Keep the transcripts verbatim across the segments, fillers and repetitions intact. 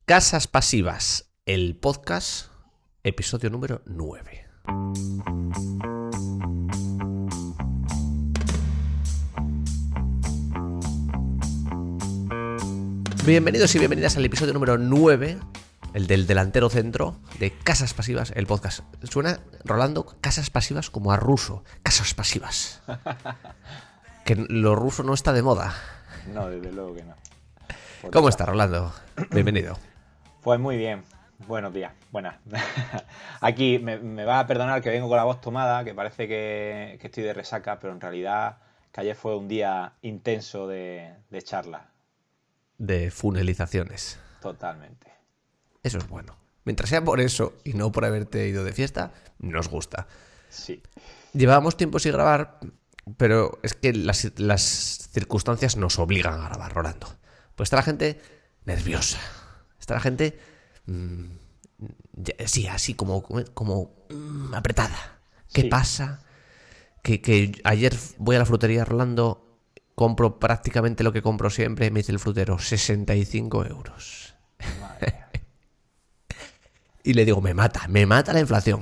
Casas Pasivas, el podcast, episodio número nueve. Bienvenidos y bienvenidas al episodio número nueve, el del delantero centro de Casas Pasivas, el podcast. Suena, Rolando, Casas Pasivas como a ruso. Casas Pasivas. Que lo ruso no está de moda. No, desde luego que no. Por ¿Cómo nada. está, Rolando? Bienvenido. Pues muy bien. Buenos días. Buenas. Aquí me, me va a perdonar que vengo con la voz tomada, que parece que, que estoy de resaca, pero en realidad que ayer fue un día intenso de, de charla. De funelizaciones. Totalmente. Eso es bueno. Mientras sea por eso y no por haberte ido de fiesta, nos gusta. Sí. Llevábamos tiempo sin grabar, pero es que las, las circunstancias nos obligan a grabar, Rolando. Pues está la gente nerviosa. Está la gente, mmm, ya, sí, así como, como mmm, apretada. ¿Qué Sí. pasa? Que, que ayer voy a la frutería, Rolando, compro prácticamente lo que compro siempre, me dice el frutero, sesenta y cinco euros. Madre mía. Y le digo, me mata, me mata la inflación.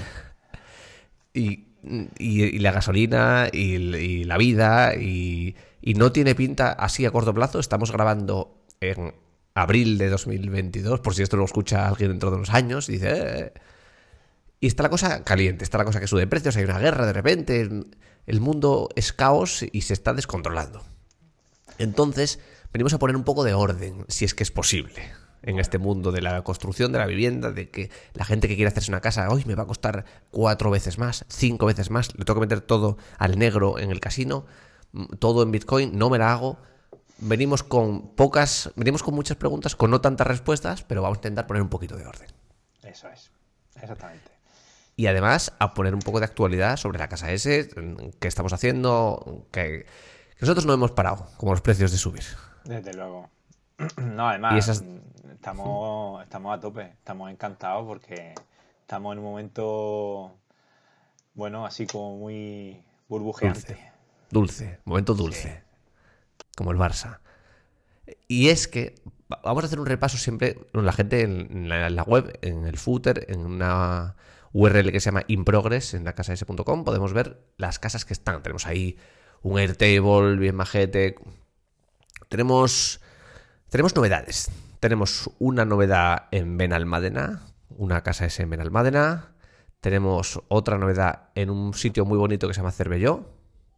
Y, y, y la gasolina, y, y la vida, y, y no tiene pinta así a corto plazo. Estamos grabando en abril de dos mil veintidós, por si esto lo escucha alguien dentro de unos años, y dice... Eh. Y está la cosa caliente, está la cosa que sube de precios, hay una guerra de repente, el mundo es caos y se está descontrolando. Entonces, venimos a poner un poco de orden, si es que es posible, en este mundo de la construcción de la vivienda, de que la gente que quiere hacerse una casa, hoy me va a costar cuatro veces más, cinco veces más, le tengo que meter todo al negro en el casino, todo en Bitcoin, no me la hago. Venimos con pocas, venimos con muchas preguntas, con no tantas respuestas, pero vamos a intentar poner un poquito de orden. Eso es. Exactamente. Y además a poner un poco de actualidad sobre la casa S, qué estamos haciendo, que, que nosotros no hemos parado, como los precios de subir. Desde luego. No, además, Y esas... estamos, estamos a tope. Estamos encantados porque estamos en un momento, bueno, así como muy burbujeante. Dulce, dulce, momento dulce, Sí. como el Barça. Y es que vamos a hacer un repaso siempre, la gente en la, en la web, en el footer, en una U R L que se llama InProgress, en la casa ese punto com, podemos ver las casas que están. Tenemos ahí un Airtable, bien majete. Tenemos, tenemos novedades. Tenemos una novedad en Benalmádena, una casa ese en Benalmádena. Tenemos otra novedad en un sitio muy bonito que se llama Cervelló,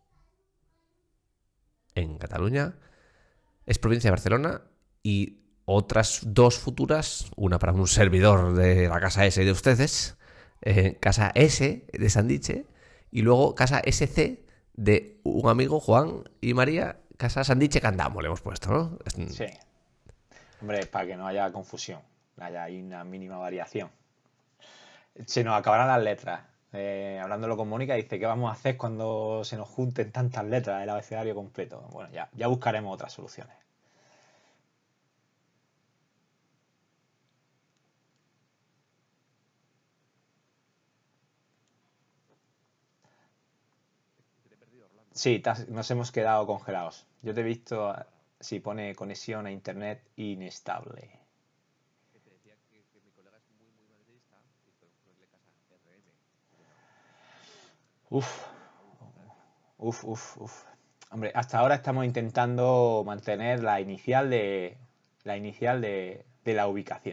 en Cataluña. Es provincia de Barcelona. Y otras dos futuras, una para un servidor de la casa S de ustedes, eh, casa S de Sandiche, y luego casa S C de un amigo, Juan y María, casa Sandiche Candamo le hemos puesto, ¿no? Sí. Hombre, para que no haya confusión, haya ahí una mínima variación. Se nos acabarán las letras. Eh, hablándolo con Mónica, dice, ¿qué vamos a hacer cuando se nos junten tantas letras del abecedario completo? Bueno, ya, ya buscaremos otras soluciones. Sí, te has- nos hemos quedado congelados. Yo te he visto, si pone conexión a internet inestable. Uf, uf, uf, uf. Hombre, hasta ahora estamos intentando mantener la inicial de la inicial de, de la ubicación.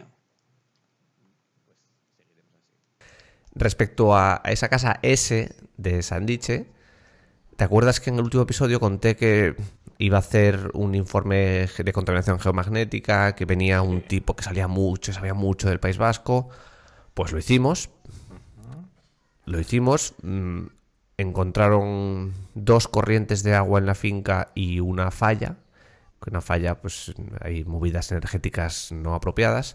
Respecto a, a esa casa S de Sandiche, ¿te acuerdas que en el último episodio conté que iba a hacer un informe de contaminación geomagnética, que venía un tipo que salía mucho, sabía mucho del País Vasco? Pues lo hicimos. Lo hicimos. Mmm, encontraron dos corrientes de agua en la finca y una falla. Una falla, pues hay movidas energéticas no apropiadas.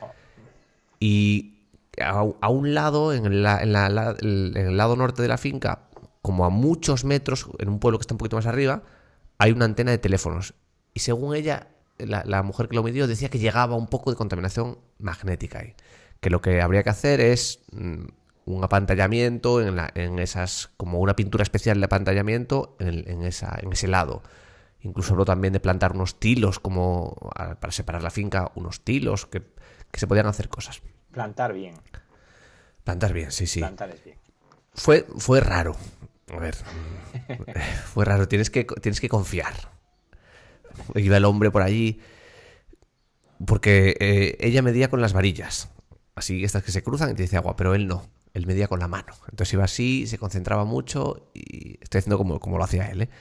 Y a, a un lado, en, la, en, la, la, en el lado norte de la finca, como a muchos metros, en un pueblo que está un poquito más arriba, hay una antena de teléfonos. Y según ella, la, la mujer que lo midió decía que llegaba un poco de contaminación magnética ahí. Que lo que habría que hacer es mmm, un apantallamiento en, la, en esas, como una pintura especial de apantallamiento en, el, en, esa, en ese lado. Incluso habló también de plantar unos tilos, como a- para separar la finca, unos tilos, que, que se podían hacer cosas. Plantar bien. Plantar bien, sí, sí. Plantar es bien. Fue, fue raro. A ver, fue raro. Tienes que, tienes que confiar. Iba el hombre por allí, porque eh, ella medía con las varillas. Así, estas que se cruzan y te dice agua, pero él no. Él medía con la mano. Entonces iba así, se concentraba mucho y estoy haciendo como, como lo hacía él, ¿eh?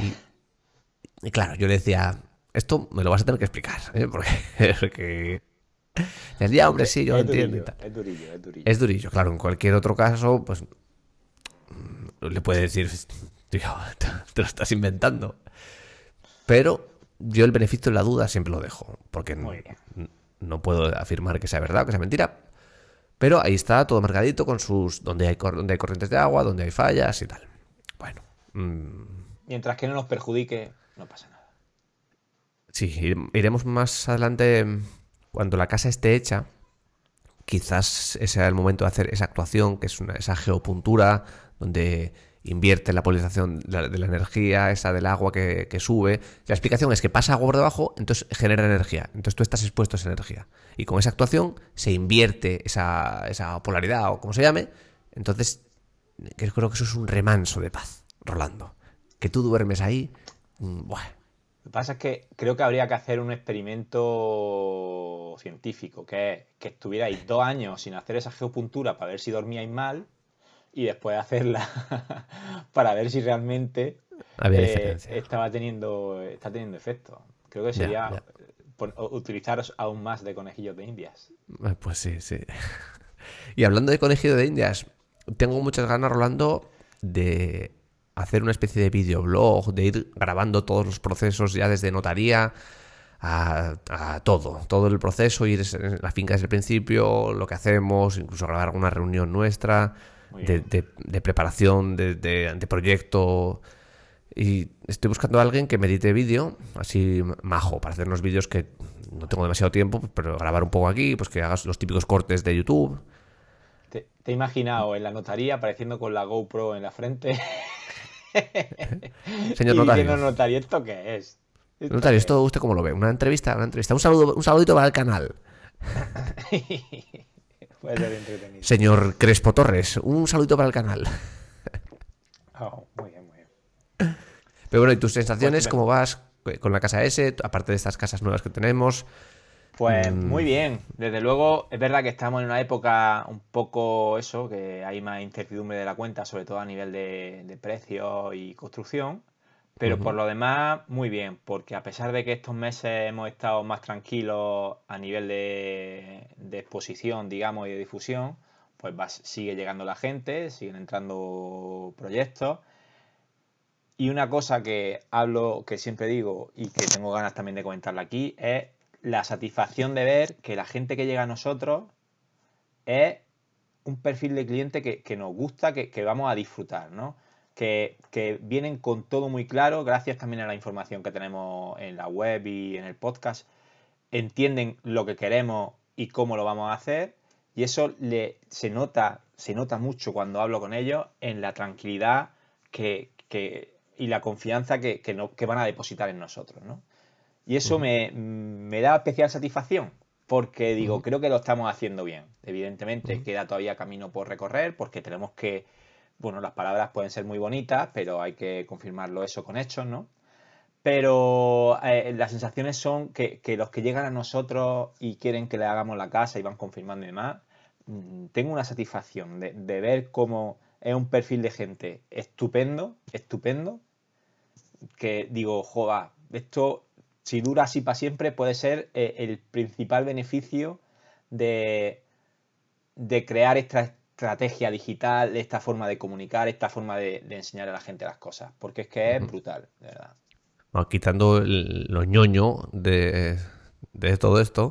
Y, y claro, yo le decía, esto me lo vas a tener que explicar, ¿eh? Porque, porque... Le decía, hombre, sí, yo lo Es entiendo y durillo, tal. es durillo, es durillo. Es durillo, claro. En cualquier otro caso, pues le puede decir, tío, te lo estás inventando. Pero yo el beneficio de la duda siempre lo dejo, porque no, Muy bien. no puedo afirmar que sea verdad o que sea mentira. Pero ahí está todo marcadito con sus donde hay, cor- donde hay corrientes de agua, donde hay fallas y tal. Bueno, mm, Mientras que no nos perjudique, no pasa nada. sí, ire- iremos más adelante mm, cuando la casa esté hecha. Quizás ese sea el momento de hacer esa actuación, que es una, esa geopuntura, donde invierte la polarización de la, de la energía, esa del agua que, que sube. La explicación es que pasa agua por debajo, entonces genera energía. Entonces tú estás expuesto a esa energía. Y con esa actuación se invierte esa, esa polaridad o como se llame. Entonces, que creo que eso es un remanso de paz, Rolando. Que tú duermes ahí. mm, Buah. Lo que pasa es que creo que habría que hacer un experimento científico, que es que estuvierais dos años sin hacer esa geopuntura para ver si dormíais mal y después hacerla para ver si realmente Había eh, diferencia. estaba teniendo, está teniendo efecto. Creo que Ya, sería ya. pon- utilizaros aún más de conejillos de indias. Eh, Pues sí, sí. Y hablando de conejillo de indias, tengo muchas ganas, Rolando, de hacer una especie de videoblog, de ir grabando todos los procesos ya desde notaría a, a todo, todo el proceso, ir en la finca desde el principio, lo que hacemos, incluso grabar alguna reunión nuestra Muy de, bien. de- de preparación de, de- de proyecto. Y estoy buscando a alguien que me edite vídeo, así majo, para hacer unos vídeos que no tengo demasiado tiempo, pero grabar un poco aquí, pues que hagas los típicos cortes de YouTube. Te, te he imaginado en la notaría apareciendo con la GoPro en la frente Señor y diciendo, notario, notario, ¿esto qué es? ¿Esto notario, qué ¿esto usted cómo lo ve? Una entrevista, una entrevista. Un saludo, un saludito para el canal. es? Puede ser entretenido. Señor Crespo Torres, un saludito para el canal. Oh, muy bien, muy bien. Pero bueno, ¿y tus Pues sensaciones? me- ¿Cómo vas con la casa S? Aparte de estas casas nuevas que tenemos. Pues Mm, muy bien, desde luego es verdad que estamos en una época un poco eso, que hay más incertidumbre de la cuenta, sobre todo a nivel de, de precios y construcción, pero por ujú, lo demás muy bien, porque a pesar de que estos meses hemos estado más tranquilos a nivel de, de exposición, digamos, y de difusión, pues va- sigue llegando la gente, siguen entrando proyectos. Y una cosa que hablo, que siempre digo y que tengo ganas también de comentarla aquí, es la satisfacción de ver que la gente que llega a nosotros es un perfil de cliente que, que nos gusta, que, que vamos a disfrutar, ¿no? Que, que vienen con todo muy claro, gracias también a la información que tenemos en la web y en el podcast, entienden lo que queremos y cómo lo vamos a hacer, y eso le, se nota, se nota mucho cuando hablo con ellos en la tranquilidad que, que- y la confianza que, que no- que van a depositar en nosotros, ¿no? Y eso ujú, me, me da especial satisfacción, porque digo, ujú, creo que lo estamos haciendo bien. Evidentemente ujú, queda todavía camino por recorrer, porque tenemos que, bueno, las palabras pueden ser muy bonitas, pero hay que confirmarlo eso con hechos, ¿no? Pero eh, las sensaciones son que, que los que llegan a nosotros y quieren que le hagamos la casa y van confirmando y demás, mm, tengo una satisfacción de, de ver cómo es un perfil de gente estupendo, estupendo, que digo, joda, esto si dura así para siempre puede ser eh, el principal beneficio de, de crear esta estrategia digital, esta forma de comunicar, esta forma de, de enseñar a la gente las cosas, porque es que es ujú. brutal, de verdad. Bueno, quitando el- lo ñoño de, de todo esto,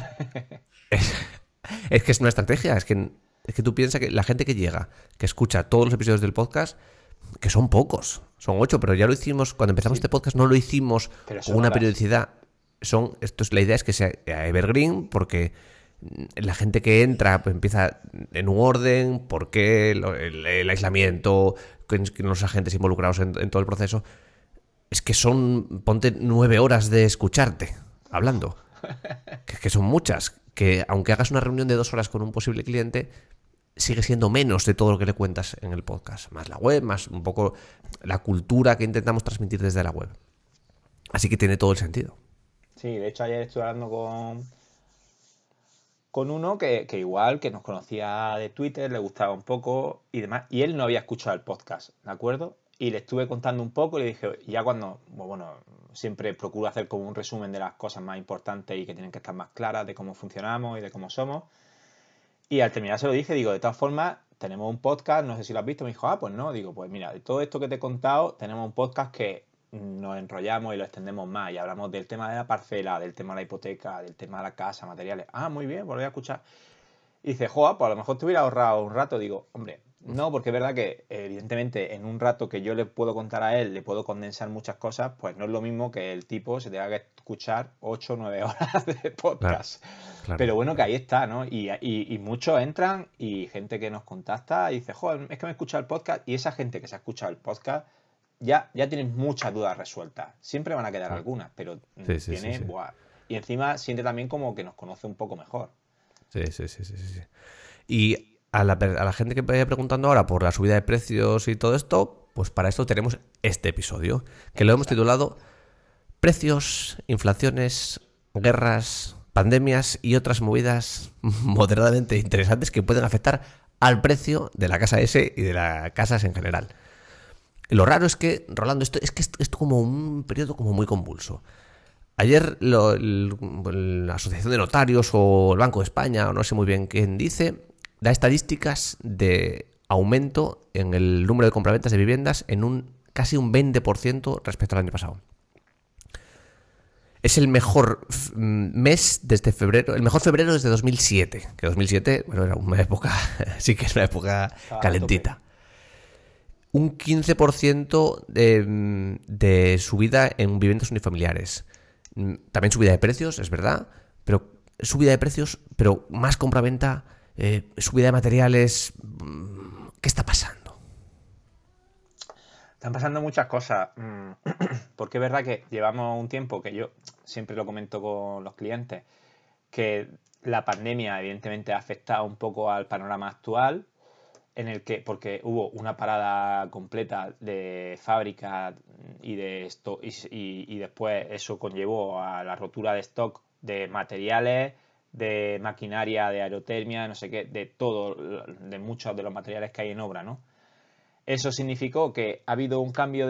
es, es que es una estrategia. Es que, es que tú piensas que la gente que llega, que escucha todos los episodios del podcast, que son pocos, son ocho, pero ya lo hicimos, cuando empezamos Sí, este podcast no lo hicimos pero con son una horas. periodicidad. Son, esto es, la idea es que sea evergreen, porque la gente que entra pues, empieza en un orden, porque el, el- el aislamiento, con con los agentes involucrados en, en todo el proceso. es que son, ponte nueve horas de escucharte hablando, que, que son muchas, que aunque hagas una reunión de dos horas con un posible cliente, sigue siendo menos de todo lo que le cuentas en el podcast, más la web, más un poco la cultura que intentamos transmitir desde la web. Así que tiene todo el sentido. Sí, de hecho ayer estuve hablando con, con uno que, que igual, que nos conocía de Twitter, le gustaba un poco y demás, y él no había escuchado el podcast, ¿de acuerdo? Y le estuve contando un poco y le dije, y ya cuando, bueno, siempre procuro hacer como un resumen de las cosas más importantes y que tienen que estar más claras de cómo funcionamos y de cómo somos. Y al terminar se lo dije, digo, de todas formas, tenemos un podcast, no sé si lo has visto, me dijo, ah, pues no, digo, pues mira, de todo esto que te he contado, tenemos un podcast que nos enrollamos y lo extendemos más y hablamos del tema de la parcela, del tema de la hipoteca, del tema de la casa, materiales. Ah, muy bien, pues lo voy a escuchar. Y dice, joa, pues a lo mejor te hubiera ahorrado un rato. Digo, hombre, no, porque es verdad que evidentemente en un rato que yo le puedo contar a él, le puedo condensar muchas cosas, pues no es lo mismo que el tipo se tenga que escuchar ocho o nueve horas de Claro, podcast. claro, Pero bueno, que claro. ahí está, ¿no? Y, y, y muchos entran y gente que nos contacta y dice, joder, es que me he escuchado el podcast y esa gente que se ha escuchado el podcast ya, ya tiene muchas dudas resueltas. Siempre van a quedar algunas, pero mm, Sí, sí, sí, tiene, sí. buah. Y encima siente también como que nos conoce un poco mejor. Sí, sí, sí, sí, sí, sí. Y a la, per- a la gente que vaya preguntando ahora por la subida de precios y todo esto, pues para esto tenemos este episodio, que lo hemos Exacto. titulado Precios, inflaciones, guerras, pandemias y otras movidas moderadamente interesantes que pueden afectar al precio de la casa S y de las casas en general. Y lo raro es que, Rolando, esto es que esto es como un periodo como muy convulso. Ayer lo- el- la Asociación de Notarios o el Banco de España, o no sé muy bien quién dice, da estadísticas de aumento en el número de compraventas de viviendas en un casi un veinte por ciento respecto al año pasado. Es el mejor f- mes desde febrero, el mejor febrero desde dos mil siete, que dos mil siete, bueno, era una época, sí que es una época Estaba a tope. calentita. Un quince por ciento de, de subida en viviendas unifamiliares. Mm, También subida de precios, es verdad, pero subida de precios, pero más compraventa, eh, subida de materiales. mm, ¿Qué está pasando? Están pasando muchas cosas, mm, porque es verdad que llevamos un tiempo que yo siempre lo comento con los clientes, que la pandemia evidentemente ha afectado un poco al panorama actual, en el que, porque hubo una parada completa de fábrica y de esto, y, y- y después eso conllevó a la rotura de stock de materiales, de maquinaria, de aerotermia, no sé qué, de todo, de muchos de los materiales que hay en obra, ¿no? Eso significó que ha habido un cambio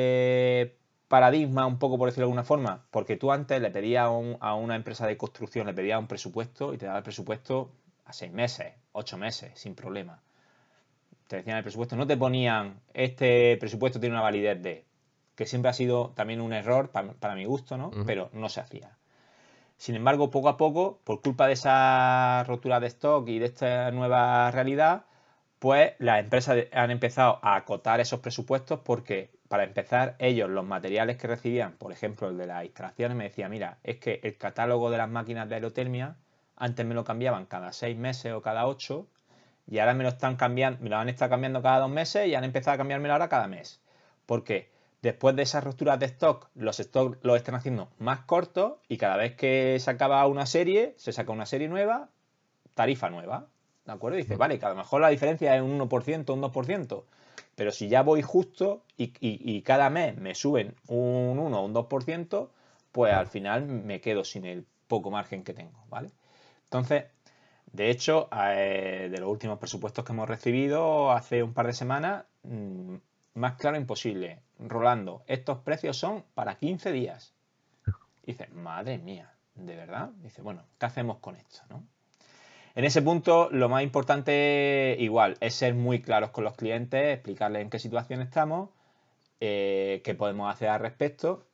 de paradigma, un poco por decirlo de alguna forma, porque tú antes le pedías a, un- a una empresa de construcción, le pedías un presupuesto y te daba el presupuesto a seis meses, ocho meses, sin problema. Te decían el presupuesto, no te ponían este presupuesto tiene una validez de, que siempre ha sido también un error para, para mi gusto, ¿no? Ujú. Pero no se hacía. Sin embargo, poco a poco, por culpa de esa rotura de stock y de esta nueva realidad, pues las empresas han empezado a acotar esos presupuestos porque, para empezar, ellos los materiales que recibían, por ejemplo, el de las instalaciones, me decía, mira, es que el catálogo de las máquinas de aerotermia antes me lo cambiaban cada seis meses o cada ocho y ahora me lo están cambiando, me lo han estado cambiando cada dos meses y han empezado a cambiármelo ahora cada mes. ¿Por qué? Después de esas rupturas de stock, los stocks los están haciendo más cortos y cada vez que se acaba una serie, se saca una serie nueva, tarifa nueva. ¿De acuerdo? Y dice, vale, que a lo mejor la diferencia es un uno por ciento, un dos por ciento. Pero si ya voy justo y, y, y cada mes me suben un uno o un dos por ciento, pues al Claro. final me quedo sin el poco margen que tengo, ¿vale? Entonces, de hecho, eh, de los últimos presupuestos que hemos recibido hace un par de semanas, mmm, más claro imposible. Rolando, estos precios son para quince días. Y dice, madre mía, ¿de verdad? Dice, bueno, ¿qué hacemos con esto? ¿No? En ese punto, lo más importante, igual, es ser muy claros con los clientes, explicarles en qué situación estamos, eh, qué podemos hacer al respecto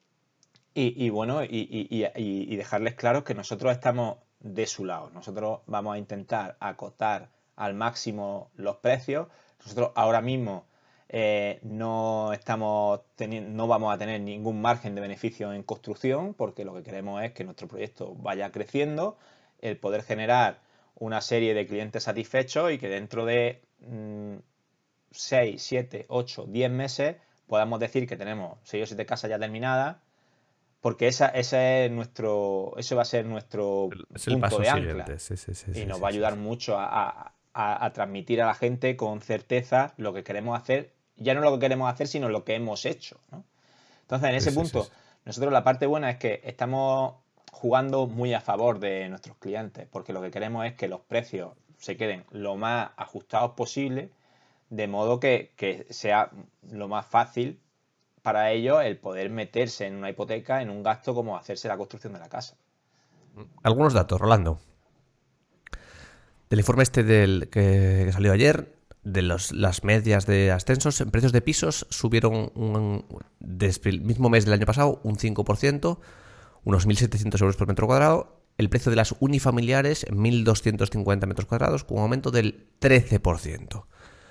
y, y bueno, y, y, y, y dejarles claro que nosotros estamos de su lado. Nosotros vamos a intentar acotar al máximo los precios. Nosotros ahora mismo eh, no estamos teniendo, no vamos a tener ningún margen de beneficio en construcción, porque lo que queremos es que nuestro proyecto vaya creciendo, el poder generar una serie de clientes satisfechos y que dentro de mmm, seis, siete, ocho, diez meses podamos decir que tenemos seis o siete casas ya terminadas, porque esa, ese es nuestro, eso va a ser nuestro Es el punto paso de ancla siguiente. Sí, sí, sí, y sí, nos sí, va a sí, ayudar sí. mucho a, a- a- a transmitir a la gente con certeza lo que queremos hacer, ya no lo que queremos hacer, sino lo que hemos hecho, ¿no? Entonces, en Sí, ese sí, sí, punto, sí. nosotros la parte buena es que estamos jugando muy a favor de nuestros clientes, porque lo que queremos es que los precios se queden lo más ajustados posible, de modo que, que sea lo más fácil para ellos el poder meterse en una hipoteca, en un gasto como hacerse la construcción de la casa. Algunos datos, Rolando. Del informe este del que, que salió ayer, de los, las medias de ascensos en precios de pisos subieron un, desde el mismo mes del año pasado un cinco por ciento, unos mil setecientos euros por metro cuadrado. El precio de las unifamiliares en mil doscientos cincuenta metros cuadrados, con un aumento del trece por ciento.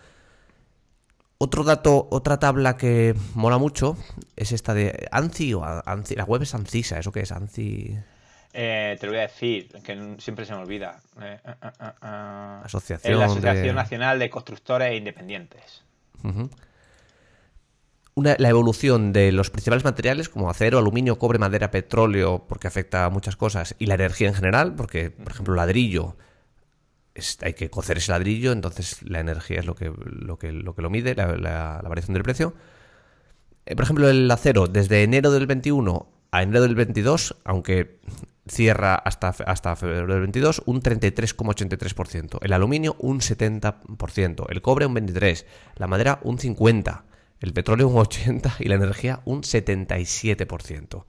Otro dato, otra tabla que mola mucho es esta de ANCI o ANCI, la web es ANCISA, ¿eso qué es? ANCI, Eh, te lo voy a decir, que siempre se me olvida. Eh, eh, eh, eh, eh. Es la Asociación Asociación de... Nacional de Constructores Independientes. Uh-huh. Una, la evolución de los principales materiales como acero, aluminio, cobre, madera, petróleo, porque afecta a muchas cosas, y la energía en general, porque, por ejemplo, ladrillo, es, hay que cocer ese ladrillo, entonces la energía es lo que lo, que, lo, que lo mide, la, la, la variación del precio. Eh, por ejemplo, el acero, desde enero del veintiuno a enero del veintidós, aunque cierra hasta, hasta febrero del veintidós, un treinta y tres coma ochenta y tres por ciento. El aluminio, un setenta por ciento. El cobre, un veintitrés por ciento. La madera, un cincuenta por ciento. El petróleo, un ochenta por ciento. Y la energía, un setenta y siete por ciento.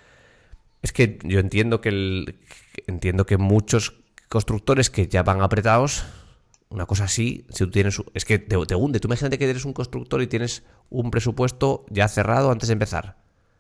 Es que yo entiendo que, el, entiendo que muchos constructores que ya van apretados, una cosa así, si tú tienes, es que te, te hunde. Tú imagínate que eres un constructor y tienes un presupuesto ya cerrado antes de empezar.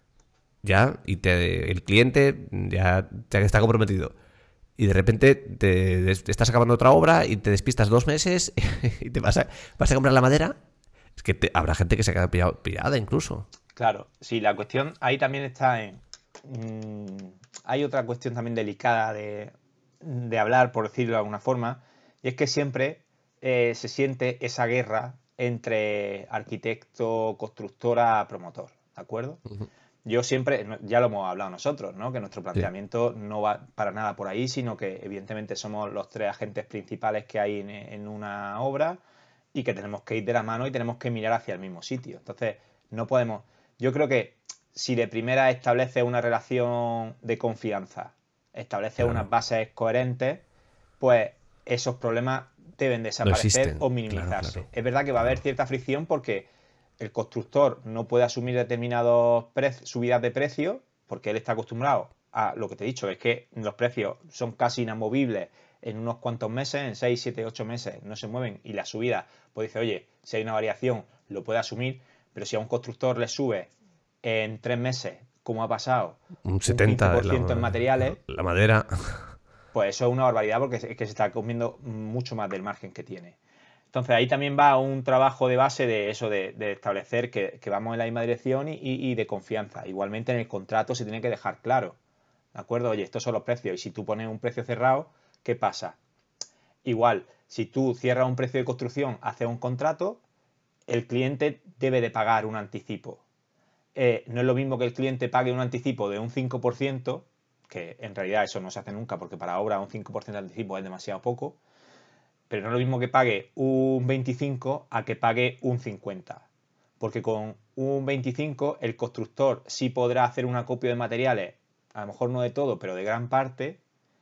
Ya, y te, el cliente ya, ya está comprometido. Y de repente te, te estás acabando otra obra y te despistas dos meses y te vas a, vas a comprar la madera. Es que te, habrá gente que se queda pillado, pillada incluso. Claro, sí, la cuestión ahí también está en... mmm, hay otra cuestión también delicada de, de hablar, por decirlo de alguna forma, y es que siempre eh, se siente esa guerra entre arquitecto, constructora, promotor, ¿de acuerdo? Ujú. Yo siempre, no- ya lo hemos hablado nosotros, ¿no? Que nuestro Sí, planteamiento no va para nada por ahí, sino que evidentemente somos los tres agentes principales que hay en, en una obra y que tenemos que ir de la mano y tenemos que mirar hacia el mismo sitio. Entonces, no podemos. Yo creo que si de primera establece una relación de confianza, establece unas claro. bases coherentes, pues esos problemas deben No desaparecer existen. o Claro, minimizarse. claro. Es verdad que va a haber Claro. cierta fricción porque el constructor no puede asumir determinadas subidas de precio porque él está acostumbrado a lo que te he dicho, es que los precios son casi inamovibles en unos cuantos meses, en seis, siete, ocho meses no se mueven y la subida, pues dice, oye, si hay una variación lo puede asumir, pero si a un constructor le sube en tres meses, como ha pasado, Un un quince setenta por de ciento en la, materiales, la madera. pues eso es una barbaridad porque es que se está comiendo mucho más del margen que tiene. Entonces ahí también va un trabajo de base de eso, de, de establecer que, que, vamos en la misma dirección y, y, de confianza. Igualmente en el contrato se tiene que dejar claro, ¿de acuerdo? Oye, estos son los precios y si tú pones un precio cerrado, ¿qué pasa? Igual, si tú cierras un precio de construcción, haces un contrato, el cliente debe de pagar un anticipo. Eh, no es lo mismo que el cliente pague un anticipo de un cinco por ciento, que en realidad eso no se hace nunca porque para obra un cinco por ciento de anticipo es demasiado poco, pero no es lo mismo que pague un veinticinco a que pague un cincuenta. Porque con un veinticinco el constructor sí podrá hacer un acopio de materiales, a lo mejor no de todo, pero de gran parte,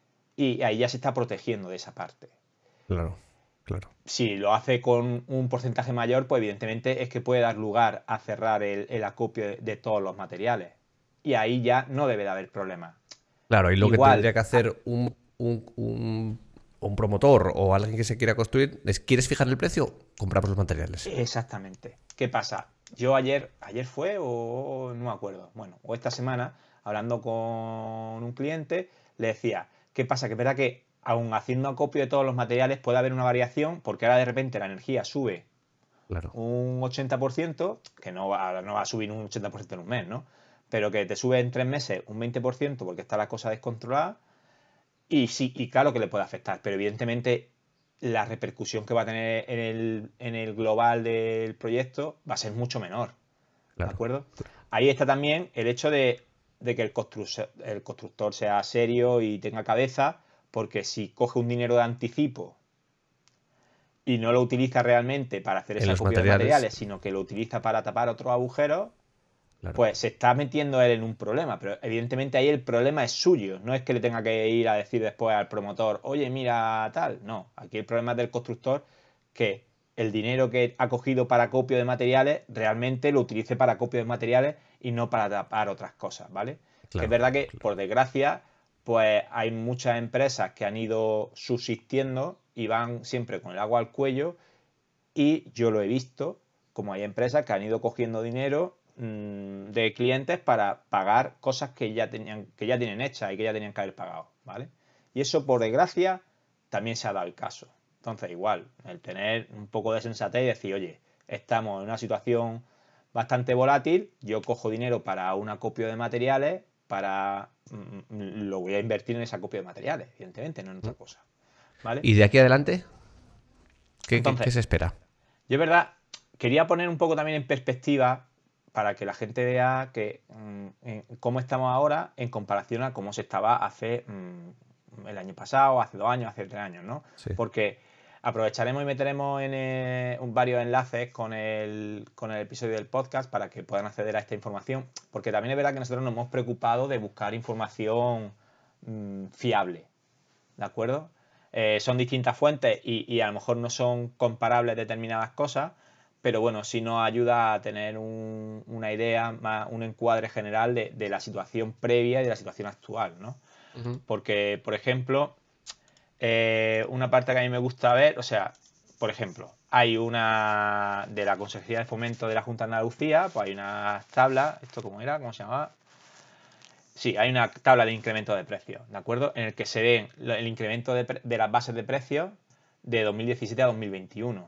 y ahí ya se está protegiendo de esa parte. Claro, claro. Si lo hace con un porcentaje mayor, pues evidentemente es que puede dar lugar a cerrar el, el acopio de, de todos los materiales. Y ahí ya no debe de haber problema. Claro, y lo que Igual, tendría que hacer un, un, un, un promotor o alguien que se quiera construir es, ¿quieres fijar el precio? Compramos los materiales. exactamente. ¿Qué pasa? Yo ayer, ayer fue o no me acuerdo, bueno, o esta semana, hablando con un cliente, le decía, ¿qué pasa? Que es verdad que aun haciendo acopio de todos los materiales puede haber una variación porque ahora de repente la energía sube Claro. un ochenta por ciento, que no va, no va a subir un ochenta por ciento en un mes, ¿no? Pero que te sube en tres meses un veinte por ciento porque está la cosa descontrolada y sí, y claro que le puede afectar, pero evidentemente la repercusión que va a tener en el, en el global del proyecto va a ser mucho menor. ¿de Claro. acuerdo? Ahí está también el hecho de, de que el constructor, el constructor sea serio y tenga cabeza, porque si coge un dinero de anticipo y no lo utiliza realmente para hacer En ese los acopio de materiales, materiales, sino que lo utiliza para tapar otros agujeros, claro. pues se está metiendo él en un problema. Pero evidentemente ahí el problema es suyo. No es que le tenga que ir a decir después al promotor, oye, mira tal. No, aquí el problema es del constructor, que el dinero que ha cogido para acopio de materiales realmente lo utilice para acopio de materiales y no para tapar otras cosas, ¿vale? Que es Claro, verdad que, claro. por desgracia, pues hay muchas empresas que han ido subsistiendo y van siempre con el agua al cuello, y yo lo he visto, como hay empresas que han ido cogiendo dinero mmm, de clientes para pagar cosas que ya tenían, que ya tienen hechas y que ya tenían que haber pagado, ¿vale? Y eso, por desgracia, también se ha dado el caso. Entonces, igual, el tener un poco de sensatez y decir, oye, estamos en una situación bastante volátil, yo cojo dinero para un acopio de materiales, para mm, lo voy a invertir en ese acopio de materiales, evidentemente, no en otra cosa, ¿vale? ¿Y de aquí adelante? ¿Qué, qué, Entonces, qué se espera? yo, verdad, quería poner un poco también en perspectiva para que la gente vea que mmm, cómo estamos ahora en comparación a cómo se estaba hace mmm, el año pasado, hace dos años, hace tres años, ¿no? Sí. Porque aprovecharemos y meteremos en eh, varios enlaces con el, con el episodio del podcast para que puedan acceder a esta información, porque también es verdad que nosotros nos hemos preocupado de buscar información mmm, fiable, ¿de acuerdo? Eh, son distintas fuentes y, y, a lo mejor no son comparables determinadas cosas, pero bueno, sí nos ayuda a tener un, una idea, más, un encuadre general de, de, la situación previa y de la situación actual, ¿no? Uh-huh. Porque, por ejemplo, eh, una parte que a mí me gusta ver, o sea, por ejemplo, hay una de la Consejería de Fomento de la Junta de Andalucía, pues hay una tabla, ¿esto cómo era? ¿Cómo se llamaba? Sí, hay una tabla de incremento de precios, ¿de acuerdo? En el que se ven el incremento de, de las bases de precios de dos mil diecisiete a dos mil veintiuno.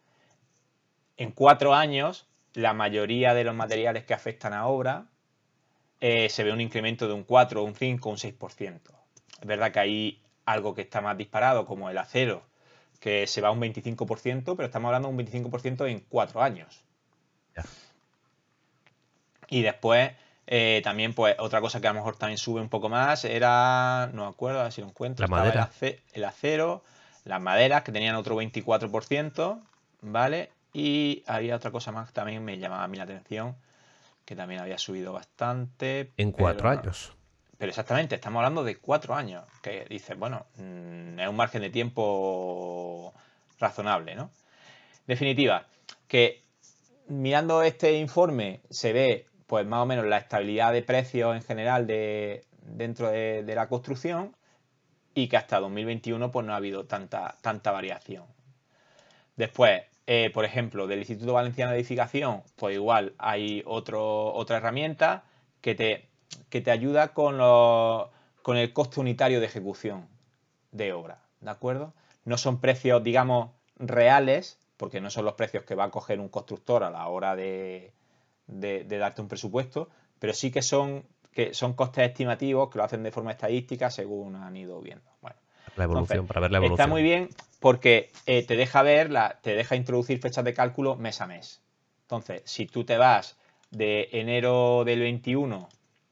En cuatro años, la mayoría de los materiales que afectan a obra eh, se ve un incremento de un cuatro, un cinco, un seis por ciento. Es verdad que hay algo que está más disparado, como el acero, que se va a un veinticinco por ciento, pero estamos hablando de un veinticinco por ciento en cuatro años. Ya. Y después, eh, también, pues, otra cosa que a lo mejor también sube un poco más era, no me acuerdo, a ver si lo encuentro, La estaba el, madera. ace el acero, las maderas, que tenían otro veinticuatro por ciento, ¿vale? Y había otra cosa más que también me llamaba a mí la atención, que también había subido bastante, En pero cuatro no. años. Pero exactamente, estamos hablando de cuatro años, que dices, bueno, mmm, es un margen de tiempo razonable, ¿no? Definitiva, que mirando este informe se ve pues más o menos la estabilidad de precios en general de, dentro de, de la construcción, y que hasta dos mil veintiuno pues no ha habido tanta, tanta variación. Después, eh, por ejemplo, del Instituto Valenciano de Edificación, pues igual hay otro, otra herramienta que te, que te ayuda con, los, con el coste unitario de ejecución de obra, ¿de acuerdo? No son precios, digamos, reales, porque no son los precios que va a coger un constructor a la hora de, de, de darte un presupuesto, pero sí que son, que son costes estimativos que lo hacen de forma estadística según han ido viendo. Bueno, La entonces, evolución, para ver la está muy evolución. bien porque eh, te deja ver, la, te deja introducir fechas de cálculo mes a mes. Entonces, si tú te vas de enero del veintiuno,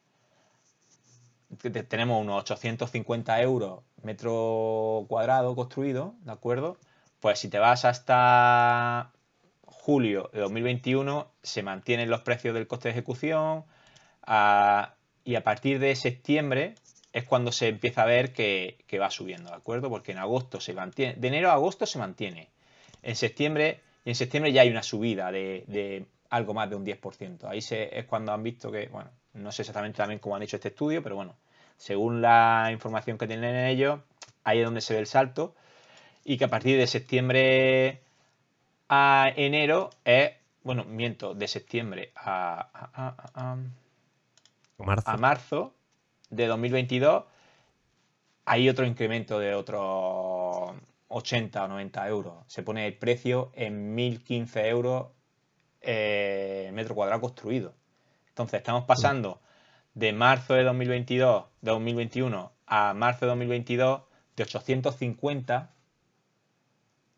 tenemos unos ochocientos cincuenta euros metro cuadrado construido, ¿de acuerdo? Pues si te vas hasta julio de dos mil veintiuno, se mantienen los precios del coste de ejecución, a, y a partir de septiembre es cuando se empieza a ver que, que va subiendo, ¿de acuerdo? Porque en agosto se mantiene, de enero a agosto se mantiene. En septiembre, y en septiembre ya hay una subida de, de algo más de un diez por ciento. Ahí se, es cuando han visto que, bueno, no sé exactamente también cómo han hecho este estudio, pero bueno, según la información que tienen en ellos, ahí es donde se ve el salto, y que a partir de septiembre a enero es, bueno, miento, de septiembre a, a, a, a, a Marzo. marzo de dos mil veintidós hay otro incremento de otros ochenta o noventa euros. Se pone el precio en mil quince euros eh, metro cuadrado construido. Entonces estamos Mm. pasando de marzo de dos mil veintidós, de dos mil veintiuno a marzo de dos mil veintidós de ochocientos cincuenta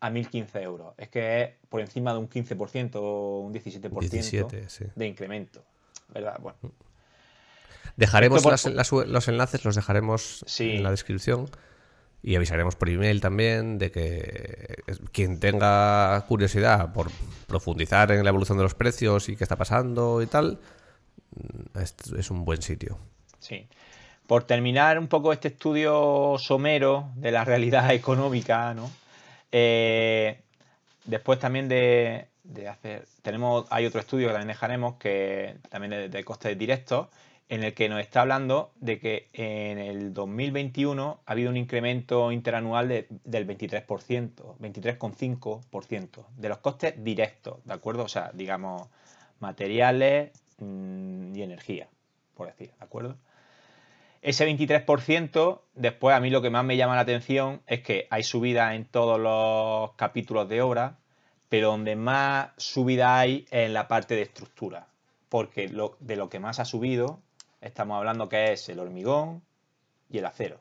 a mil quince euros. Es que es por encima de un quince por ciento o un diecisiete por ciento diecisiete, sí. de incremento. ¿Verdad? Bueno. Dejaremos por... las, las, los enlaces, los dejaremos sí. en la descripción. Y avisaremos por email también de que quien tenga curiosidad por profundizar en la evolución de los precios y qué está pasando y tal, es, es un buen sitio. Sí. Por terminar un poco este estudio somero de la realidad económica, ¿no? Eh, después también de, de hacer... tenemos Hay otro estudio que también dejaremos, que también de, de costes directos, en el que nos está hablando de que en el dos mil veintiuno ha habido un incremento interanual de, del veintitrés por ciento, veintitrés coma cinco por ciento de los costes directos, ¿de acuerdo? O sea, digamos, materiales mmm, y energía, por decir, ¿de acuerdo? Ese veintitrés por ciento, después a mí lo que más me llama la atención es que hay subida en todos los capítulos de obra, pero donde más subida hay es en la parte de estructura, porque lo, de lo que más ha subido estamos hablando que es el hormigón y el acero.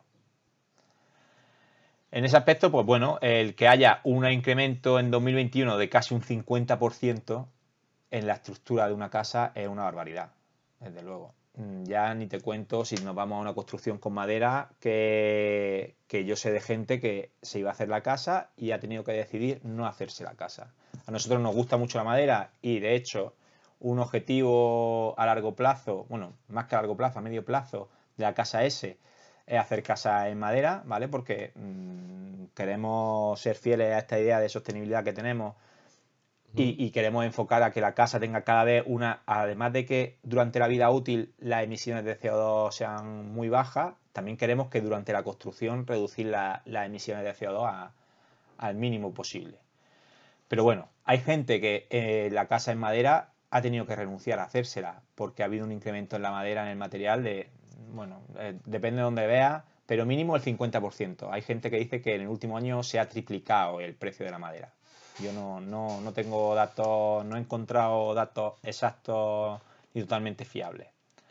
En ese aspecto, pues bueno, el que haya un incremento en dos mil veintiuno de casi un cincuenta por ciento en la estructura de una casa es una barbaridad, desde luego. Ya ni te cuento si nos vamos a una construcción con madera, que, que yo sé de gente que se iba a hacer la casa y ha tenido que decidir no hacerse la casa. A nosotros nos gusta mucho la madera y de hecho un objetivo a largo plazo, bueno, más que a largo plazo, a medio plazo de la casa S es hacer casa en madera, ¿vale? Porque mmm, queremos ser fieles a esta idea de sostenibilidad que tenemos. Y, y queremos enfocar a que la casa tenga cada vez una, además de que durante la vida útil las emisiones de C O dos sean muy bajas, también queremos que durante la construcción reducir la, las emisiones de C O dos a, al mínimo posible. Pero bueno, hay gente que eh, la casa en madera ha tenido que renunciar a hacérsela porque ha habido un incremento en la madera, en el material de, bueno, eh, depende de donde veas, pero mínimo el cincuenta por ciento. Hay gente que dice que en el último año se ha triplicado el precio de la madera. Yo no, no, no tengo datos, no he encontrado datos exactos y totalmente fiables.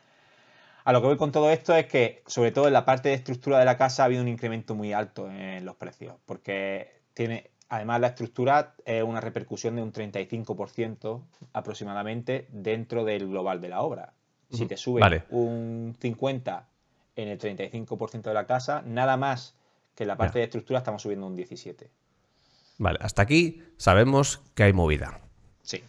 A lo que voy con todo esto es que, sobre todo en la parte de estructura de la casa, ha habido un incremento muy alto en los precios, porque tiene, además la estructura es una repercusión de un treinta y cinco por ciento aproximadamente dentro del global de la obra. Si te suben Vale. un cincuenta por ciento en el treinta y cinco por ciento de la casa, nada más que en la parte Ya. de estructura estamos subiendo un diecisiete por ciento. Vale, hasta aquí sabemos que hay movida. Sí.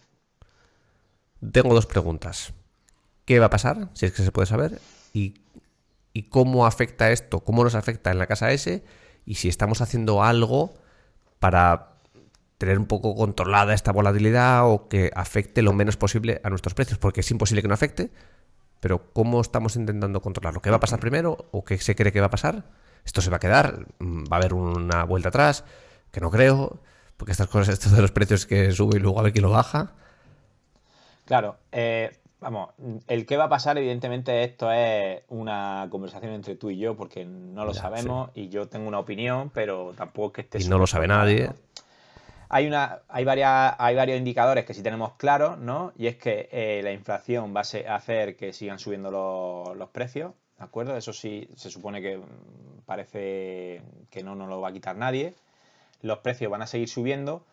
Tengo dos preguntas. ¿Qué va a pasar, si es que se puede saber? Y, y cómo afecta esto, cómo nos afecta en la casa S, y si estamos haciendo algo para tener un poco controlada esta volatilidad o que afecte lo menos posible a nuestros precios, porque es imposible que no afecte, pero ¿cómo estamos intentando controlarlo? ¿Qué va a pasar primero o qué se cree que va a pasar? ¿Esto se va a quedar? ¿Va a haber una vuelta atrás? Que no creo, porque estas cosas, esto de los precios que sube y luego a ver quién lo baja. Claro, eh, vamos, el qué va a pasar, evidentemente esto es una conversación entre tú y yo, porque no lo Ya, sí. sabemos y yo tengo una opinión, pero tampoco es que esté Y no súper lo sabe formada, nadie. ¿no? Hay, una, hay, varias, hay varios indicadores que sí tenemos claros, ¿no? Y es que eh, la inflación va a hacer que sigan subiendo los, los precios, ¿de acuerdo? Eso sí, se supone que mm, parece que no nos lo va a quitar nadie. Los precios van a seguir subiendo.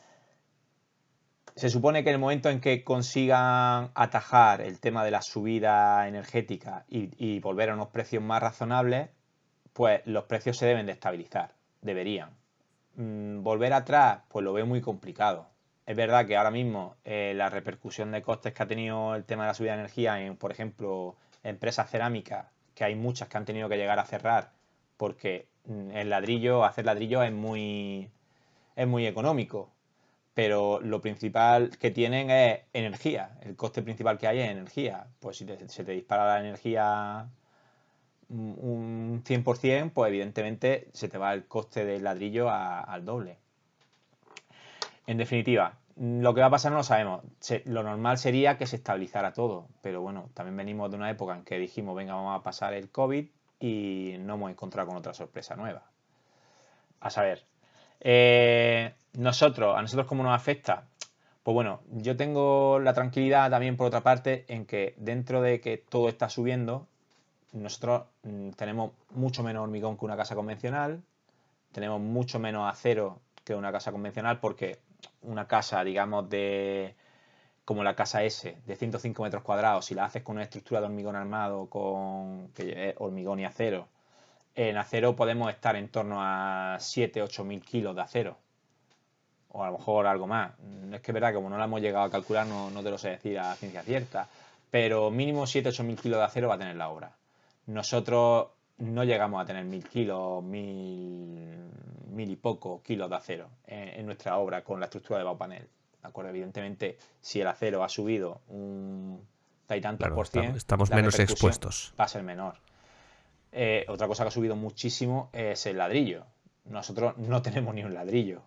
Se supone que en el momento en que consigan atajar el tema de la subida energética y, y volver a unos precios más razonables, pues los precios se deben de estabilizar, deberían. Mm, volver atrás, pues lo veo muy complicado. Es verdad que ahora mismo eh, la repercusión de costes que ha tenido el tema de la subida de energía en, por ejemplo, empresas cerámicas, que hay muchas que han tenido que llegar a cerrar porque mm, el ladrillo, hacer ladrillo es muy, es muy económico, pero lo principal que tienen es energía. El coste principal que hay es energía. Pues si te, se te dispara la energía un cien por ciento, pues evidentemente se te va el coste del ladrillo a, al doble. En definitiva, lo que va a pasar no lo sabemos. Se, lo normal sería que se estabilizara todo, pero bueno, también venimos de una época en que dijimos, venga, vamos a pasar el COVID y no hemos encontrado con otra sorpresa nueva. A saber, eh, nosotros, ¿a nosotros cómo nos afecta? Pues bueno, yo tengo la tranquilidad también por otra parte en que dentro de que todo está subiendo, nosotros mmm, tenemos mucho menos hormigón que una casa convencional, tenemos mucho menos acero que una casa convencional, porque una casa, digamos, de como la casa S, de ciento cinco metros cuadrados, si la haces con una estructura de hormigón armado, con que es hormigón y acero, en acero podemos estar en torno a siete ocho mil kilos de acero. O a lo mejor algo más. Es que es verdad que como no la hemos llegado a calcular, no, no te lo sé decir a ciencia cierta. Pero mínimo siete ocho mil kilos de acero va a tener la obra. Nosotros no llegamos a tener mil kilos, mil, mil y poco kilos de acero en, en nuestra obra con la estructura de Baupanel. ¿De acuerdo? Evidentemente, si el acero ha subido un y tantos Claro, por cien, estamos la menos repercusión expuestos. va a ser menor. Eh, otra cosa que ha subido muchísimo es el ladrillo. Nosotros no tenemos ni un ladrillo.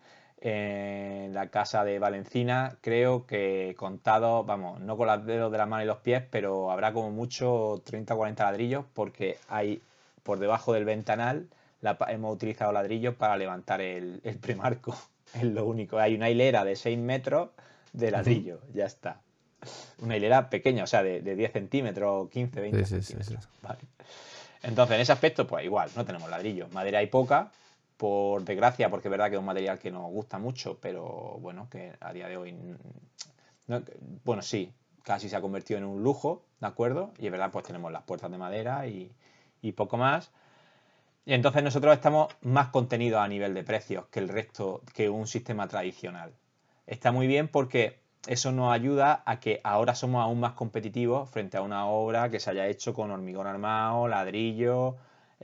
En la casa de Valencina creo que contado, vamos, no con los dedos de la mano y los pies, pero habrá como mucho treinta o cuarenta ladrillos, porque hay por debajo del ventanal la, hemos utilizado ladrillos para levantar el, el premarco. Es lo único. Hay una hilera de seis metros de ladrillo, uh-huh. Ya está. Una hilera pequeña, o sea, de, de diez centímetros, quince, veinte sí, sí, centímetros. Sí, sí. Vale. Entonces, en ese aspecto, pues igual, no tenemos ladrillos. Madera hay poca, por desgracia, porque es verdad que es un material que nos gusta mucho, pero bueno, que a día de hoy, no, bueno, sí, casi se ha convertido en un lujo, ¿de acuerdo? Y es verdad, pues tenemos las puertas de madera y, y poco más. Y entonces nosotros estamos más contenidos a nivel de precios que el resto, que un sistema tradicional. Está muy bien porque eso nos ayuda a que ahora somos aún más competitivos frente a una obra que se haya hecho con hormigón armado, ladrillo,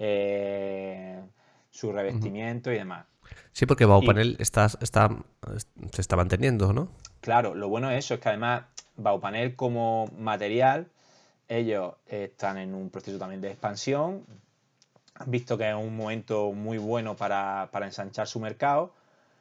eh, su revestimiento uh-huh. y demás. Sí, porque Baupanel y, está, está, se está manteniendo, ¿no? Claro, lo bueno de eso es que además Baupanel como material, ellos están en un proceso también de expansión. Han visto que es un momento muy bueno para, para ensanchar su mercado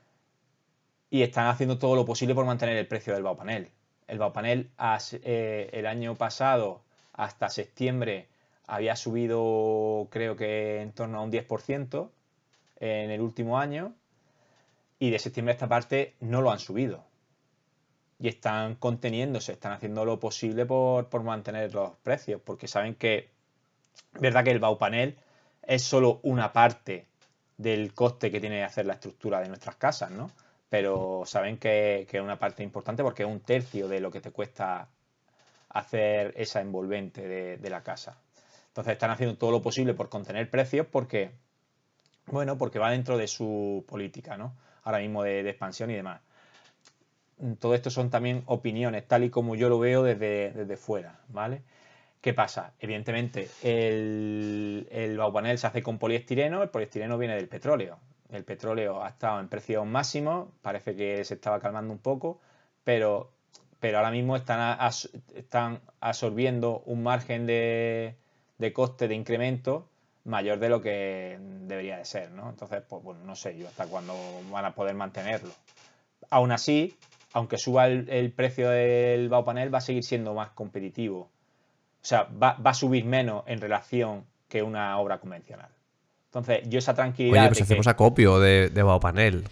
y están haciendo todo lo posible por mantener el precio del Baupanel. El Baupanel eh, el año pasado hasta septiembre había subido creo que en torno a un diez por ciento en el último año y de septiembre a esta parte no lo han subido. Y están conteniéndose, están haciendo lo posible por, por mantener los precios, porque saben que es verdad que el Baupanel es solo una parte del coste que tiene que hacer la estructura de nuestras casas, ¿no? Pero saben que, que es una parte importante porque es un tercio de lo que te cuesta hacer esa envolvente de, de la casa. Entonces están haciendo todo lo posible por contener precios porque, bueno, porque va dentro de su política, ¿no? Ahora mismo de, de expansión y demás. Todo esto son también opiniones, tal y como yo lo veo desde, desde fuera, ¿vale? ¿Qué pasa? Evidentemente, el, el Baupanel se hace con poliestireno, el poliestireno viene del petróleo. El petróleo ha estado en precios máximos, parece que se estaba calmando un poco, pero, pero ahora mismo están, as, están absorbiendo un margen de, de coste de incremento mayor de lo que debería de ser, ¿no? Entonces, pues bueno, no sé yo hasta cuándo van a poder mantenerlo. Aún así, aunque suba el, el precio del Baupanel, va a seguir siendo más competitivo. O sea, va, va a subir menos en relación que una obra convencional. Entonces, yo esa tranquilidad. Oye, pues de hacemos que... acopio de, de Baupanel.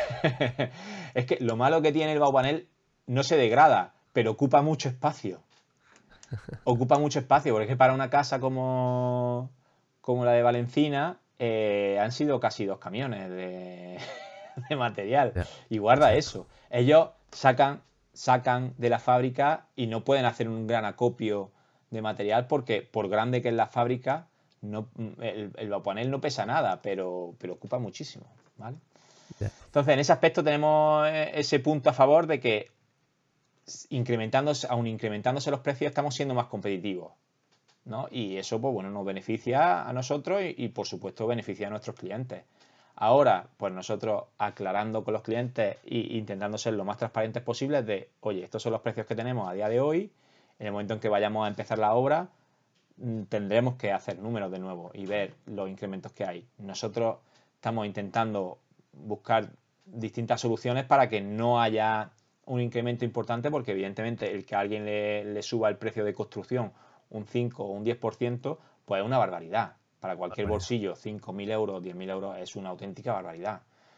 Es que lo malo que tiene el Baupanel no se degrada, pero ocupa mucho espacio. Ocupa mucho espacio, porque es que para una casa como, como la de Valencina eh, han sido casi dos camiones de, de material. Yeah. Y guarda yeah. eso. Ellos sacan, sacan de la fábrica y no pueden hacer un gran acopio de material porque por grande que es la fábrica, no, el, el Baupanel no pesa nada, pero, pero ocupa muchísimo, ¿vale? Yeah. Entonces, en ese aspecto tenemos ese punto a favor de que incrementándose, aun incrementándose los precios, estamos siendo más competitivos, ¿no? Y eso, pues bueno, nos beneficia a nosotros y, y por supuesto, beneficia a nuestros clientes. Ahora, pues nosotros aclarando con los clientes e intentando ser lo más transparentes posibles de, oye, estos son los precios que tenemos a día de hoy. En el momento en que vayamos a empezar la obra, tendremos que hacer números de nuevo y ver los incrementos que hay. Nosotros estamos intentando buscar distintas soluciones para que no haya un incremento importante, porque evidentemente el que a alguien le, le suba el precio de construcción un cinco o un diez por ciento, pues es una barbaridad. Para cualquier bolsillo, cinco mil euros, diez mil euros es una auténtica barbaridad.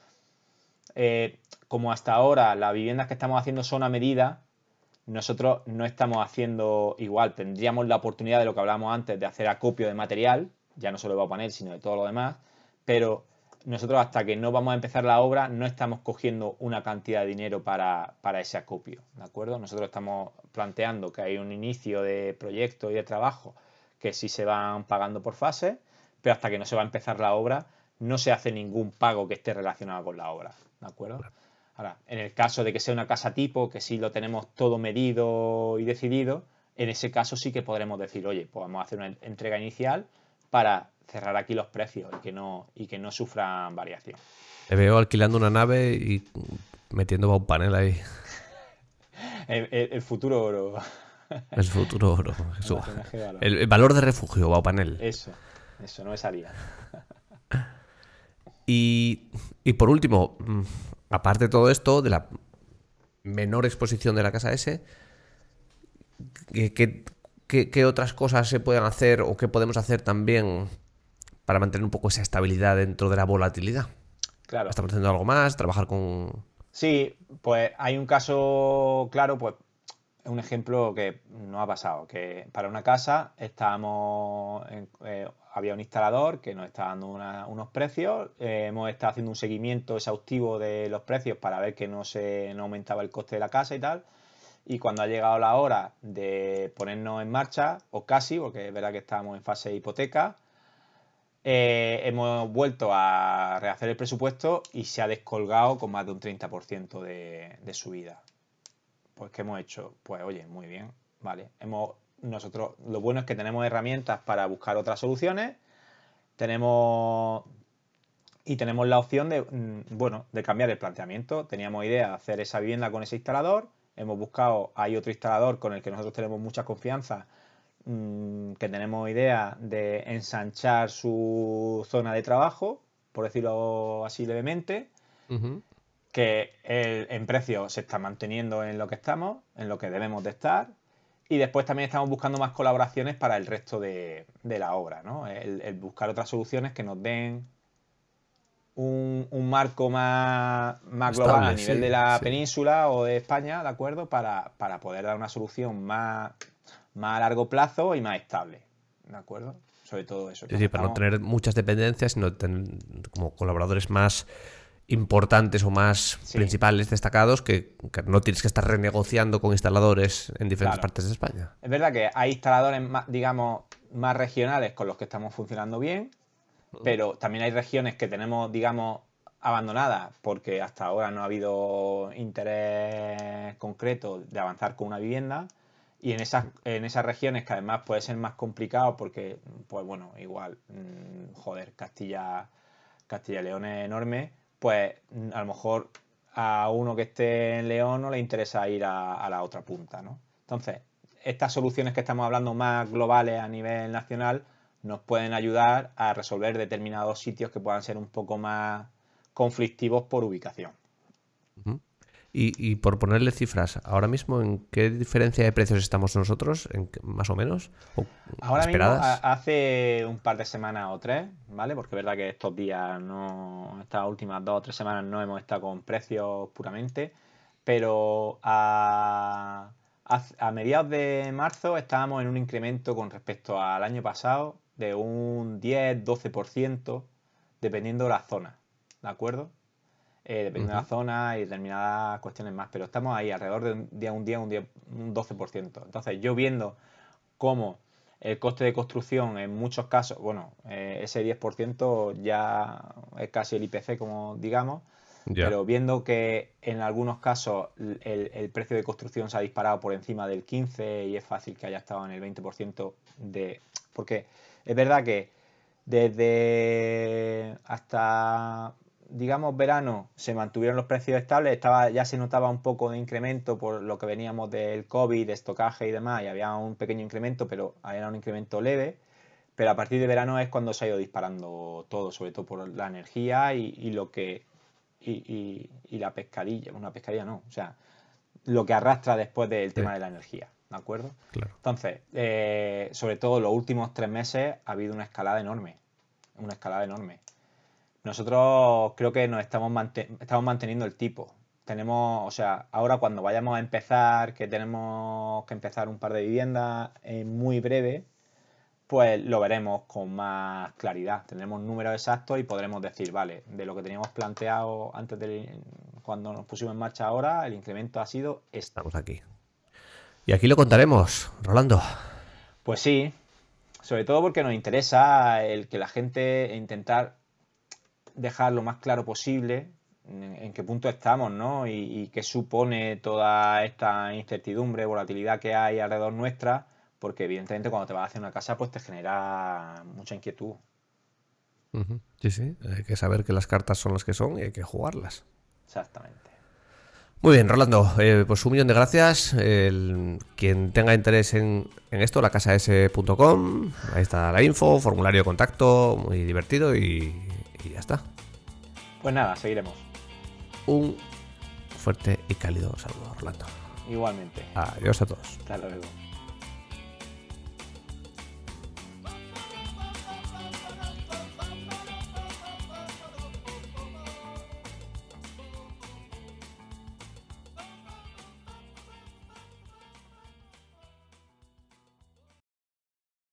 Eh, como hasta ahora las viviendas que estamos haciendo son a medida, nosotros no estamos haciendo igual. Tendríamos la oportunidad de lo que hablábamos antes de hacer acopio de material, ya no solo de Baupanel, sino de todo lo demás, pero nosotros hasta que no vamos a empezar la obra no estamos cogiendo una cantidad de dinero para, para ese acopio, ¿de acuerdo? Nosotros estamos planteando que hay un inicio de proyecto y de trabajo que sí se van pagando por fases, pero hasta que no se va a empezar la obra no se hace ningún pago que esté relacionado con la obra, ¿de acuerdo? Ahora, en el caso de que sea una casa tipo, que sí lo tenemos todo medido y decidido, en ese caso sí que podremos decir, oye, pues vamos a hacer una entrega inicial para cerrar aquí los precios y que no, y que no sufran variación. Te veo alquilando una nave y metiendo Baupanel ahí. El, el, el futuro oro. El futuro oro. Eso. El valor. El, el valor de refugio, Baupanel. Eso, eso, no me salía. Y, y por último, aparte de todo esto, de la menor exposición de la casa S, ¿qué, qué, qué otras cosas se pueden hacer o qué podemos hacer también para mantener un poco esa estabilidad dentro de la volatilidad? Claro. ¿Estamos haciendo algo más? ¿Trabajar con...? Sí, pues hay un caso claro, pues un ejemplo que no ha pasado, que para una casa estábamos en, eh, había un instalador que nos está dando una, unos precios, eh, hemos estado haciendo un seguimiento exhaustivo de los precios para ver que no se no aumentaba el coste de la casa y tal, y cuando ha llegado la hora de ponernos en marcha, o casi, porque es verdad que estábamos en fase de hipoteca, eh, hemos vuelto a rehacer el presupuesto y se ha descolgado con más de un treinta por ciento de, de subida. Pues, ¿qué hemos hecho? Pues, oye, muy bien, vale. Hemos, nosotros, lo bueno es que tenemos herramientas para buscar otras soluciones. Tenemos y tenemos la opción de, bueno, de cambiar el planteamiento. Teníamos idea de hacer esa vivienda con ese instalador. Hemos buscado, hay otro instalador con el que nosotros tenemos mucha confianza, que tenemos idea de ensanchar su zona de trabajo, por decirlo así levemente. Uh-huh. Que el, en precio se está manteniendo en lo que estamos, en lo que debemos de estar, y después también estamos buscando más colaboraciones para el resto de, de la obra, ¿no? El, el buscar otras soluciones que nos den un, un marco más, más global Estable, a nivel sí, de la sí. península o de España, ¿de acuerdo? Para, para poder dar una solución más, más a largo plazo y más estable, ¿de acuerdo? Sobre todo eso. Es decir, para estamos... no tener muchas dependencias, sino tener como colaboradores más importantes o más Sí. principales, destacados, que, que no tienes que estar renegociando con instaladores en diferentes Claro. partes de España. Es verdad que hay instaladores más, digamos, más regionales con los que estamos funcionando bien, pero también hay regiones que tenemos, digamos, abandonadas porque hasta ahora no ha habido interés concreto de avanzar con una vivienda, y en esas, en esas regiones que además puede ser más complicado porque, pues bueno, igual, mmm, joder, Castilla, Castilla y León es enorme, pues a lo mejor a uno que esté en León no le interesa ir a, a la otra punta, ¿no? Entonces, estas soluciones que estamos hablando más globales a nivel nacional nos pueden ayudar a resolver determinados sitios que puedan ser un poco más conflictivos por ubicación. Uh-huh. Y, y por ponerle cifras, ahora mismo, ¿en qué diferencia de precios estamos nosotros? ¿En qué, más o menos? ¿O Ahora esperadas? mismo, a, hace un par de semanas o tres, ¿vale? Porque es verdad que estos días, no, estas últimas dos o tres semanas no hemos estado con precios puramente, pero a, a, a mediados de marzo estábamos en un incremento con respecto al año pasado de un diez doce por ciento, dependiendo de la zona, ¿de acuerdo? Eh, dependiendo de la Uh-huh. zona y determinadas cuestiones más, pero estamos ahí alrededor de un día, un día, un día, un doce por ciento. Entonces, yo viendo cómo el coste de construcción en muchos casos, bueno, eh, ese diez por ciento ya es casi el I P C, como digamos, Ya. pero viendo que en algunos casos el, el precio de construcción se ha disparado por encima del quince y es fácil que haya estado en el veinte por ciento de... Porque es verdad que desde hasta, digamos, verano se mantuvieron los precios estables, estaba, ya se notaba un poco de incremento por lo que veníamos del COVID, de estocaje y demás, y había un pequeño incremento, pero era un incremento leve. Pero a partir de verano es cuando se ha ido disparando todo, sobre todo por la energía y, y lo que y, y, y, la pescadilla, una pescadilla no, o sea, lo que arrastra después del Sí, tema de la energía, ¿de acuerdo? claro. Entonces, eh, sobre todo los últimos tres meses ha habido una escalada enorme, una escalada enorme. Nosotros creo que nos estamos, manten estamos manteniendo el tipo. Tenemos, o sea, ahora cuando vayamos a empezar, que tenemos que empezar un par de viviendas en muy breve, pues lo veremos con más claridad. Tendremos números exactos y podremos decir, vale, de lo que teníamos planteado antes de cuando nos pusimos en marcha ahora, el incremento ha sido este. Estamos aquí. Y aquí lo contaremos, Rolando. Pues sí, sobre todo porque nos interesa el que la gente intentar dejar lo más claro posible en, en qué punto estamos, ¿no? Y, y qué supone toda esta incertidumbre, volatilidad que hay alrededor nuestra, porque evidentemente cuando te vas a hacer una casa pues te genera mucha inquietud. Uh-huh. Sí, sí, hay que saber que las cartas son las que son y hay que jugarlas. Exactamente. Muy bien, Rolando, eh, pues un millón de gracias. El, quien tenga interés en, en esto, la casa ese punto com, ahí está la info, formulario de contacto, muy divertido y, y ya está. Pues nada, seguiremos. Un fuerte y cálido saludo, Rolando. Igualmente. Adiós a todos. Hasta luego.